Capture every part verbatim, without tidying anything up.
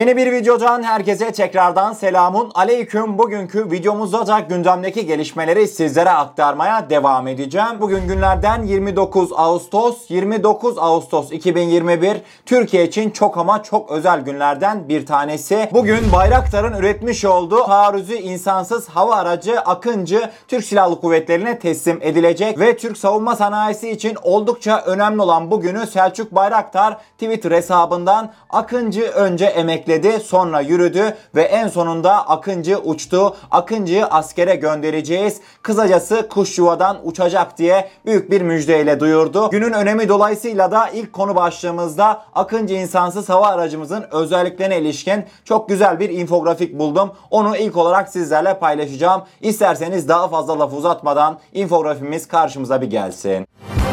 Yeni bir videodan herkese tekrardan selamun aleyküm. Bugünkü videomuzda da gündemdeki gelişmeleri sizlere aktarmaya devam edeceğim. Bugün günlerden yirmi dokuz Ağustos. yirmi dokuz Ağustos iki bin yirmi bir Türkiye için çok ama çok özel günlerden bir tanesi. Bugün Bayraktar'ın üretmiş olduğu taarruzi insansız hava aracı Akıncı Türk Silahlı Kuvvetleri'ne teslim edilecek ve Türk savunma sanayisi için oldukça önemli olan bugünü Selçuk Bayraktar Twitter hesabından Akıncı önce emekli dedi, sonra yürüdü ve en sonunda Akıncı uçtu. Akıncı'yı askere göndereceğiz. Kısacası kuş yuvadan uçacak diye büyük bir müjdeyle duyurdu. Günün önemi dolayısıyla da ilk konu başlığımızda Akıncı insansız hava aracımızın özelliklerine ilişkin çok güzel bir infografik buldum. Onu ilk olarak sizlerle paylaşacağım. İsterseniz daha fazla laf uzatmadan infografimiz karşımıza bir gelsin.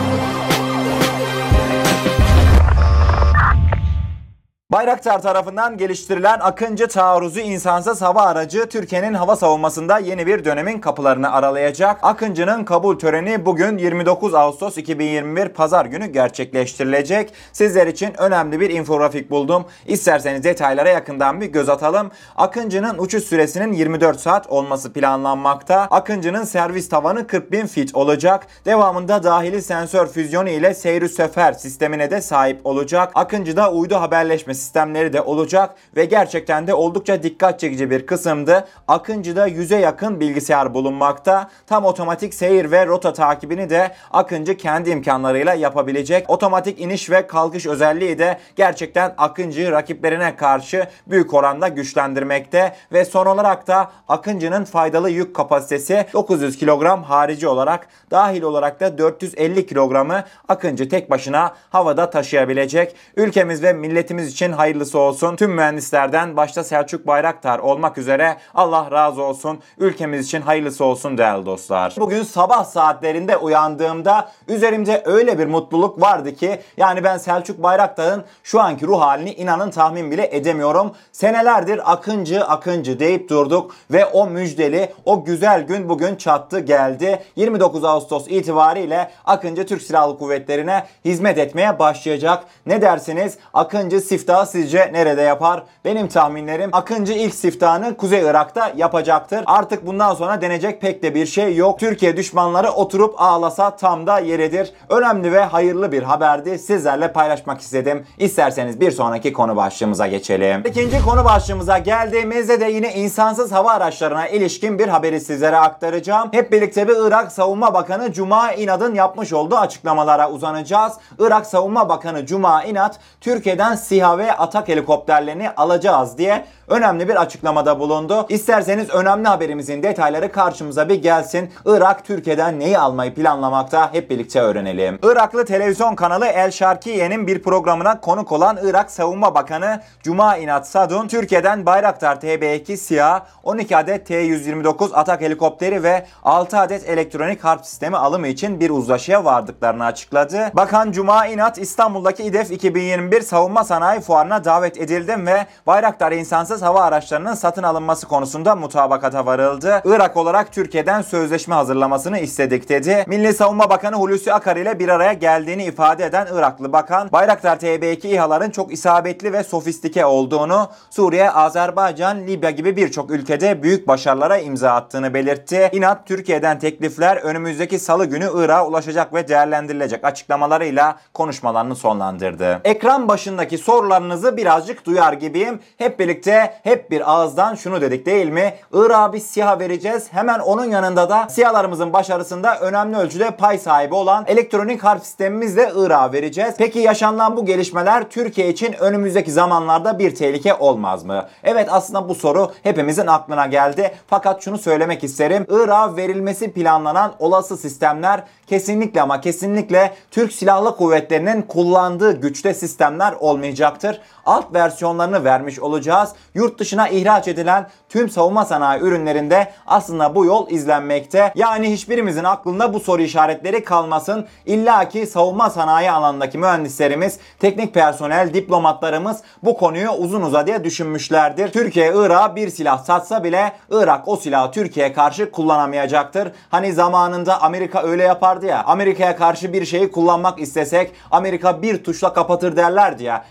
Bayraktar tarafından geliştirilen Akıncı taarruzi insansız hava aracı Türkiye'nin hava savunmasında yeni bir dönemin kapılarını aralayacak. Akıncı'nın kabul töreni bugün yirmi dokuz Ağustos iki bin yirmi bir Pazar günü gerçekleştirilecek. Sizler için önemli bir infografik buldum. İsterseniz detaylara yakından bir göz atalım. Akıncı'nın uçuş süresinin yirmi dört saat olması planlanmakta. Akıncı'nın servis tavanı kırk bin fit olacak. Devamında dahili sensör füzyonu ile seyir sefer sistemine de sahip olacak. Akıncı'da uydu haberleşme sistemleri de olacak ve gerçekten de oldukça dikkat çekici bir kısımdı. Akıncı'da yüze yakın bilgisayar bulunmakta. Tam otomatik seyir ve rota takibini de Akıncı kendi imkanlarıyla yapabilecek. Otomatik iniş ve kalkış özelliği de gerçekten Akıncı'yı rakiplerine karşı büyük oranda güçlendirmekte ve son olarak da Akıncı'nın faydalı yük kapasitesi dokuz yüz kilogram harici olarak, dahil olarak da dört yüz elli kilogramı Akıncı tek başına havada taşıyabilecek. Ülkemiz ve milletimiz için hayırlısı olsun. Tüm mühendislerden başta Selçuk Bayraktar olmak üzere Allah razı olsun. Ülkemiz için hayırlısı olsun değerli dostlar. Bugün sabah saatlerinde uyandığımda üzerimde öyle bir mutluluk vardı ki yani ben Selçuk Bayraktar'ın şu anki ruh halini inanın tahmin bile edemiyorum. Senelerdir Akıncı Akıncı deyip durduk ve o müjdeli, o güzel gün bugün çattı geldi. yirmi dokuz Ağustos itibariyle Akıncı Türk Silahlı Kuvvetleri'ne hizmet etmeye başlayacak. Ne dersiniz? Akıncı siftahı sizce nerede yapar? Benim tahminlerim Akıncı ilk siftahını Kuzey Irak'ta yapacaktır. Artık bundan sonra denecek pek de bir şey yok. Türkiye düşmanları oturup ağlasa tam da yeridir. Önemli ve hayırlı bir haberdi. Sizlerle paylaşmak istedim. İsterseniz bir sonraki konu başlığımıza geçelim. İkinci konu başlığımıza geldiğimizde de yine insansız hava araçlarına ilişkin bir haberi sizlere aktaracağım. Hep birlikte bir Irak Savunma Bakanı Cuma İnad'ın yapmış olduğu açıklamalara uzanacağız. Irak Savunma Bakanı Cuma İnad, Türkiye'den SİHA ve Atak helikopterlerini alacağız diye önemli bir açıklamada bulundu. İsterseniz önemli haberimizin detayları karşımıza bir gelsin. Irak Türkiye'den neyi almayı planlamakta? Hep birlikte öğrenelim. Iraklı televizyon kanalı El Şarkiye'nin bir programına konuk olan Irak Savunma Bakanı Cuma İnad Sadun, Türkiye'den Bayraktar T B iki SİHA, on iki adet T yüz yirmi dokuz Atak helikopteri ve altı adet elektronik harp sistemi alımı için bir uzlaşıya vardıklarını açıkladı. Bakan Cuma İnad, İstanbul'daki İDEF iki bin yirmi bir Savunma Sanayi Fuarı'na davet edildim ve Bayraktar insansız hava araçlarının satın alınması konusunda mutabakata varıldı. Irak olarak Türkiye'den sözleşme hazırlamasını istedik dedi. Milli Savunma Bakanı Hulusi Akar ile bir araya geldiğini ifade eden Iraklı bakan, Bayraktar T B iki İHA'ların çok isabetli ve sofistike olduğunu, Suriye, Azerbaycan, Libya gibi birçok ülkede büyük başarılara imza attığını belirtti. İnad, Türkiye'den teklifler önümüzdeki salı günü Irak'a ulaşacak ve değerlendirilecek açıklamalarıyla konuşmalarını sonlandırdı. Ekran başındaki sorularınızı birazcık duyar gibiyim. Hep birlikte hep bir ağızdan şunu dedik değil mi? Irak'a bir SİHA vereceğiz. Hemen onun yanında da SİHA'larımızın başarısında önemli ölçüde pay sahibi olan elektronik harp sistemimizle Irak'a vereceğiz. Peki yaşanılan bu gelişmeler Türkiye için önümüzdeki zamanlarda bir tehlike olmaz mı? Evet, aslında bu soru hepimizin aklına geldi. Fakat şunu söylemek isterim. Irak'a verilmesi planlanan olası sistemler kesinlikle ama kesinlikle Türk Silahlı Kuvvetleri'nin kullandığı güçte sistemler olmayacaktır. Alt versiyonlarını vermiş olacağız. Yurt dışına ihraç edilen tüm savunma sanayi ürünlerinde aslında bu yol izlenmekte. Yani hiçbirimizin aklında bu soru işaretleri kalmasın. İlla ki savunma sanayi alanındaki mühendislerimiz, teknik personel, diplomatlarımız bu konuyu uzun uzadıya düşünmüşlerdir. Türkiye Irak'a bir silah satsa bile Irak o silahı Türkiye'ye karşı kullanamayacaktır. Hani zamanında Amerika öyle yapardı ya. Amerika'ya karşı bir şeyi kullanmak istesek Amerika bir tuşla kapatır derlerdi ya. İşte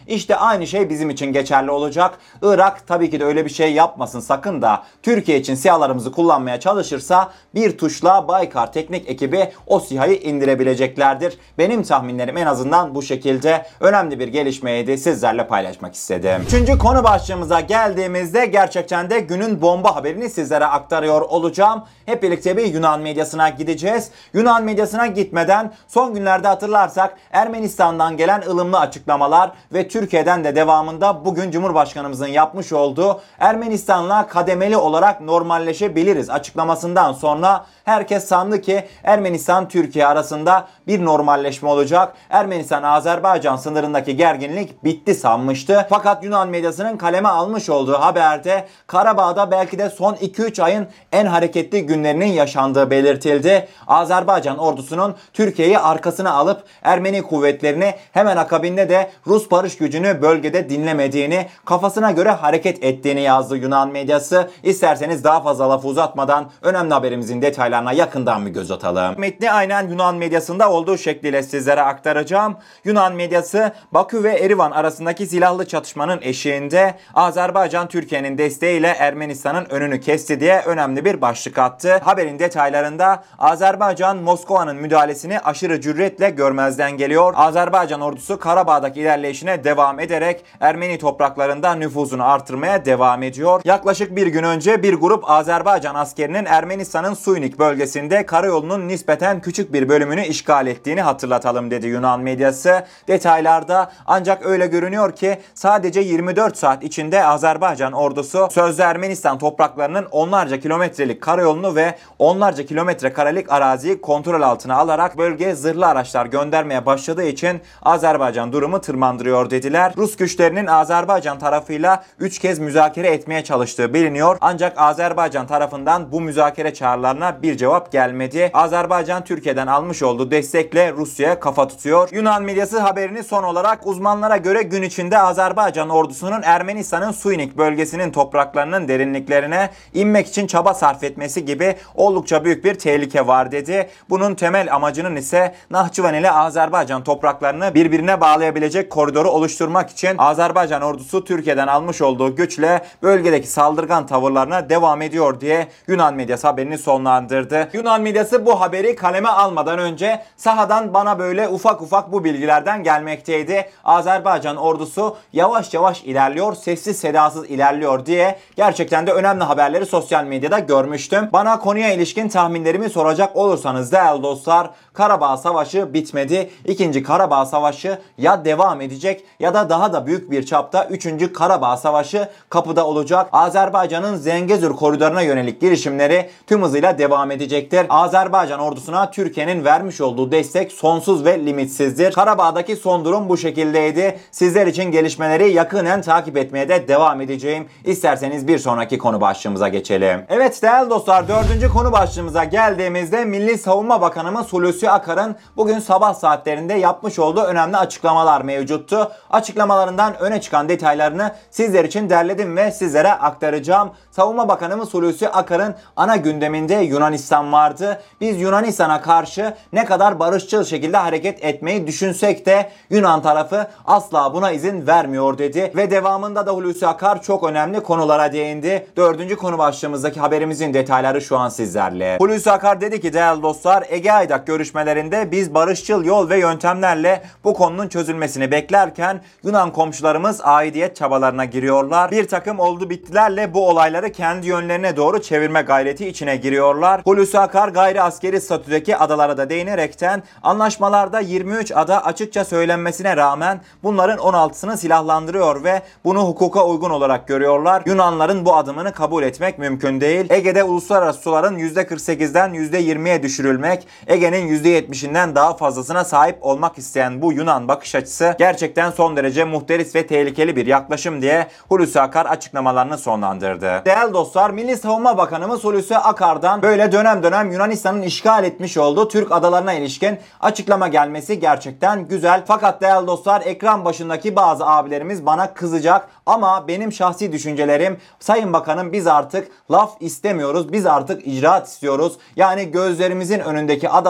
aynı şey bizim için geçerli olacak. Irak tabii ki de öyle bir şey yapmasın sakın da Türkiye için SİHA'larımızı kullanmaya çalışırsa bir tuşla Baykar Teknik ekibi o SİHA'yı indirebileceklerdir. Benim tahminlerim en azından bu şekilde. Önemli bir gelişmeydi, sizlerle paylaşmak istedim. Üçüncü konu başlığımıza geldiğimizde gerçekten de günün bomba haberini sizlere aktarıyor olacağım. Hep birlikte bir Yunan medyasına gideceğiz. Yunan medyasına gitmeden son günlerde hatırlarsak Ermenistan'dan gelen ılımlı açıklamalar ve Türkiye'den de devamında bugün Cumhurbaşkanımızın yapmış olduğu Ermenistan'la kademeli olarak normalleşebiliriz açıklamasından sonra herkes sandı ki Ermenistan-Türkiye arasında bir normalleşme olacak. Ermenistan-Azerbaycan sınırındaki gerginlik bitti sanmıştı. Fakat Yunan medyasının kaleme almış olduğu haberde Karabağ'da belki de son iki üç ayın en hareketli günlerinin yaşandığı belirtildi. Azerbaycan ordusunun Türkiye'yi arkasına alıp Ermeni kuvvetlerini hemen akabinde de Rus barış gücünü bölgede dinlemediğini, kafasına göre hareket ettiğini yazdı Yunan medyası. İsterseniz daha fazla lafı uzatmadan önemli haberimizin detaylarına yakından bir göz atalım. Metni aynen Yunan medyasında olduğu şekliyle sizlere aktaracağım. Yunan medyası Bakü ve Erivan arasındaki silahlı çatışmanın eşiğinde Azerbaycan Türkiye'nin desteğiyle Ermenistan'ın önünü kesti diye önemli bir başlık attı. Haberin detaylarında Azerbaycan Moskova'nın müdahalesini aşırı cüretle görmezden geliyor. Azerbaycan ordusu Karabağ'daki ilerleyişine devam ederek Ermeni topraklarında nüfuzunu artırmaya devam ediyor. Yaklaşık bir gün önce bir grup Azerbaycan askerinin Ermenistan'ın Suynik bölgesinde karayolunun nispeten küçük bir bölümünü işgal ettiğini hatırlatalım dedi Yunan medyası. Detaylarda ancak öyle görünüyor ki sadece yirmi dört saat içinde Azerbaycan ordusu sözde Ermenistan topraklarının onlarca kilometrelik karayolunu ve onlarca kilometre karelik araziyi kontrol altına alarak bölgeye zırhlı araçlar göndermeye başladığı için Azerbaycan durumu tırmandırıyor dediler. Rus güçlerinin Azerbaycan tarafıyla üç kez müzakere etmeye çalıştığı biliniyor. Ancak Azerbaycan tarafından bu müzakere çağrılarına bir cevap gelmedi. Azerbaycan Türkiye'den almış olduğu destekle Rusya'ya kafa tutuyor. Yunan medyası haberini son olarak uzmanlara göre gün içinde Azerbaycan ordusunun Ermenistan'ın Suynik bölgesinin topraklarının derinliklerine inmek için çaba sarf etmesi gibi oldukça büyük bir tehlike var dedi. Bunun temel amacının ise Nahçıvan ile Azerbaycan topraklarını birbirine bağlayabilecek koridoru oluşturmak için Azerbaycan ordusu Türkiye'den almış olduğu güçle bölgedeki saldırgan tavırlarına devam ediyor diye Yunan medyası haberini sonlandırdı. Yunan medyası bu haberi kaleme almadan önce sahadan bana böyle ufak ufak bu bilgilerden gelmekteydi. Azerbaycan ordusu yavaş yavaş ilerliyor, sessiz sedasız ilerliyor diye gerçekten de önemli haberleri sosyal medyada görmüştüm. Bana konuya ilişkin tahminlerimi soracak olursanız değerli dostlar, Karabağ Savaşı bitmedi. İkinci Karabağ Savaşı ya devam edecek ya da daha da büyük bir çapta üçüncü Karabağ Savaşı kapıda olacak. Azerbaycan'ın Zengezur koridoruna yönelik girişimleri tüm hızıyla devam edecektir. Azerbaycan ordusuna Türkiye'nin vermiş olduğu destek sonsuz ve limitsizdir. Karabağ'daki son durum bu şekildeydi. Sizler için gelişmeleri yakinen takip etmeye de devam edeceğim. İsterseniz bir sonraki konu başlığımıza geçelim. Evet değerli dostlar, dördüncü konu başlığımıza geldiğimizde Milli Savunma Bakanımız Hulusi Akar'ın bugün sabah saatlerinde yapmış olduğu önemli açıklamalar mevcuttu. Açıklamalarından öne çıkan detaylarını sizler için derledim ve sizlere aktaracağım. Savunma Bakanımız Hulusi Akar'ın ana gündeminde Yunanistan vardı. Biz Yunanistan'a karşı ne kadar barışçıl şekilde hareket etmeyi düşünsek de Yunan tarafı asla buna izin vermiyor dedi. Ve devamında da Hulusi Akar çok önemli konulara değindi. Dördüncü konu başlığımızdaki haberimizin detayları şu an sizlerle. Hulusi Akar dedi ki değerli dostlar, Ege-Aydak görüşmelerinde biz barışçıl yol ve yöntemlerle bu konunun çözülmesini beklerken Yunan komşularımız aidiyet çabalarına giriyorlar. Bir takım oldu bittilerle bu olayları kendi yönlerine doğru çevirme gayreti içine giriyorlar. Hulusi Akar gayri askeri statüdeki adalara da değinerekten anlaşmalarda yirmi üç ada açıkça söylenmesine rağmen bunların on altısını silahlandırıyor ve bunu hukuka uygun olarak görüyorlar. Yunanların bu adımını kabul etmek mümkün değil. Ege'de uluslararası suların yüzde kırk sekizden yüzde yirmiye düşürülmek, Ege'nin yüzde yetmişinden daha fazlasına sahip olmak isteyen bu Yunan bakış açısı gerçekten son derece muhteris ve tehlikeli bir yaklaşım diye Hulusi Akar açıklamalarını sonlandırdı. Değerli dostlar, Milli Savunma Bakanımız Hulusi Akar'dan böyle dönem dönem Yunanistan'ın işgal etmiş olduğu Türk adalarına ilişkin açıklama gelmesi gerçekten güzel. Fakat değerli dostlar, ekran başındaki bazı abilerimiz bana kızacak ama benim şahsi düşüncelerim, Sayın Bakanım biz artık laf istemiyoruz, biz artık icraat istiyoruz. Yani gözlerimizin önündeki adalarımızı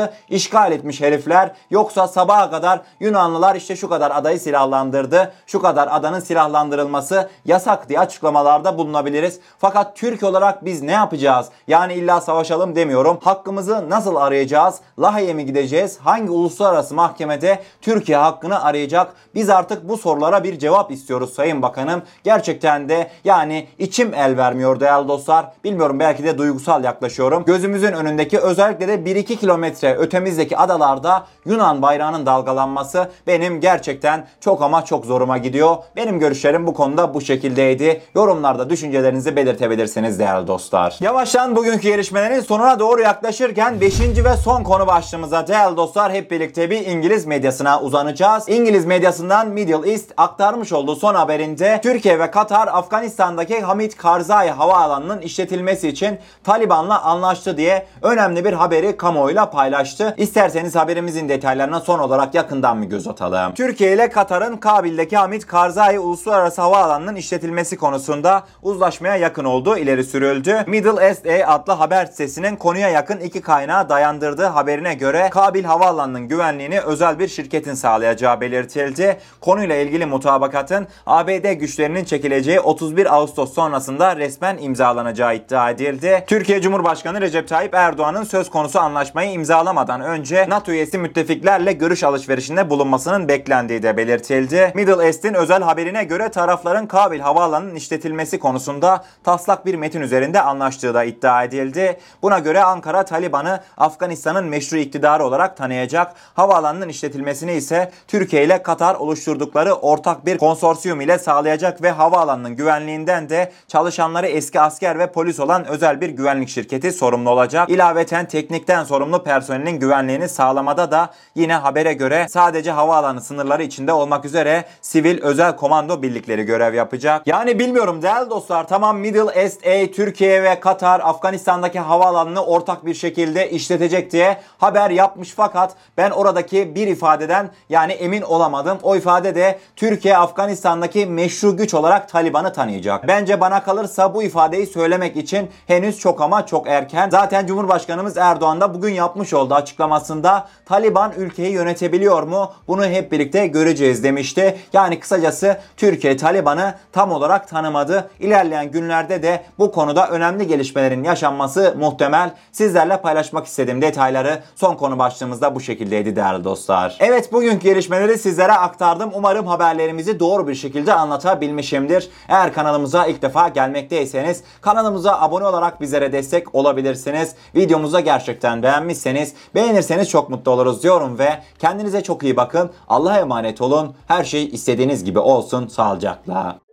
Kıbrıs'ı işgal etmiş herifler, yoksa sabaha kadar Yunanlılar işte şu kadar adayı silahlandırdı, şu kadar adanın silahlandırılması yasak diye açıklamalarda bulunabiliriz. Fakat Türk olarak biz ne yapacağız? Yani illa savaşalım demiyorum. Hakkımızı nasıl arayacağız? Lahey'e mi gideceğiz? Hangi uluslararası mahkemede Türkiye hakkını arayacak? Biz artık bu sorulara bir cevap istiyoruz Sayın Bakanım. Gerçekten de yani içim el vermiyor değerli dostlar. Bilmiyorum, belki de duygusal yaklaşıyorum. Gözümüzün önündeki, özellikle de bir iki kilometre ötemizdeki adalarda Yunan bayrağının dalgalanması benim gerçekten çok ama çok zoruma gidiyor. Benim görüşlerim bu konuda bu şekildeydi. Yorumlarda düşüncelerinizi belirtebilirsiniz değerli dostlar. Yavaştan bugünkü gelişmelerin sonuna doğru yaklaşırken beşinci ve son konu başlığımıza değerli dostlar hep birlikte bir İngiliz medyasına uzanacağız. İngiliz medyasından Middle East aktarmış olduğu son haberinde Türkiye ve Katar Afganistan'daki Hamid Karzai havaalanının işletilmesi için Taliban'la anlaştı diye önemli bir haberi kamuoyuyla paylaştı. İsterseniz haberimizin detaylarına son olarak yakından bir göz atalım. Türkiye ile Katar'ın Kabil'deki Hamid Karzai Uluslararası Havaalanı'nın işletilmesi konusunda uzlaşmaya yakın olduğu ileri sürüldü. Middle East adlı haber sitesinin konuya yakın iki kaynağı dayandırdığı haberine göre Kabil Havaalanı'nın güvenliğini özel bir şirketin sağlayacağı belirtildi. Konuyla ilgili mutabakatın A B D güçlerinin çekileceği otuz bir Ağustos sonrasında resmen imzalanacağı iddia edildi. Türkiye Cumhurbaşkanı Recep Tayyip Erdoğan'ın söz konusu anlaşmayı imzalamadan önce NATO üyesi müttefiklerle görüş alışverişinde bulunmasının beklendiği de belirtildi. Middle East'in özel haberine göre tarafların Kabil Havaalanı'nın işletilmesi konusunda taslak bir metin üzerinde anlaştığı da iddia edildi. Buna göre Ankara Taliban'ı Afganistan'ın meşru iktidarı olarak tanıyacak. Havaalanının işletilmesini ise Türkiye ile Katar oluşturdukları ortak bir konsorsiyum ile sağlayacak ve havaalanının güvenliğinden de çalışanları eski asker ve polis olan özel bir güvenlik şirketi sorumlu olacak. İlaveten teknikten sorumlu personelin güvenliğini sağlamada da yine habere göre sadece havaalanı sınırları içinde olmak üzere sivil özel komando birlikleri görev yapacak. Yani bilmiyorum değerli dostlar, tamam Middle East A Türkiye ve Katar Afganistan'daki havaalanını ortak bir şekilde işletecek diye haber yapmış, fakat ben oradaki bir ifadeden yani emin olamadım. O ifade de Türkiye Afganistan'daki meşru güç olarak Taliban'ı tanıyacak. Bence bana kalırsa bu ifadeyi söylemek için henüz çok ama çok erken. Zaten Cumhurbaşkanımız Erdoğan da bugün yapmış olduğu açıklamasında Taliban ülkeyi yönetebiliyor mu? Bunu hep birlikte göreceğiz demişti. Yani kısacası Türkiye Taliban'ı tam olarak tanımadı. İlerleyen günlerde de bu konuda önemli gelişmelerin yaşanması muhtemel. Sizlerle paylaşmak istediğim detayları son konu başlığımızda bu şekildeydi değerli dostlar. Evet, bugünkü gelişmeleri sizlere aktardım. Umarım haberlerimizi doğru bir şekilde anlatabilmişimdir. Eğer kanalımıza ilk defa gelmekteyseniz kanalımıza abone olarak bizlere destek olabilirsiniz. Videomuzu gerçekten beğenmişseniz beğenirseniz çok mutlu oluruz diyorum ve kendinize çok iyi bakın. Allah'a emanet olun. Her şey istediğiniz gibi olsun. Sağlıcakla.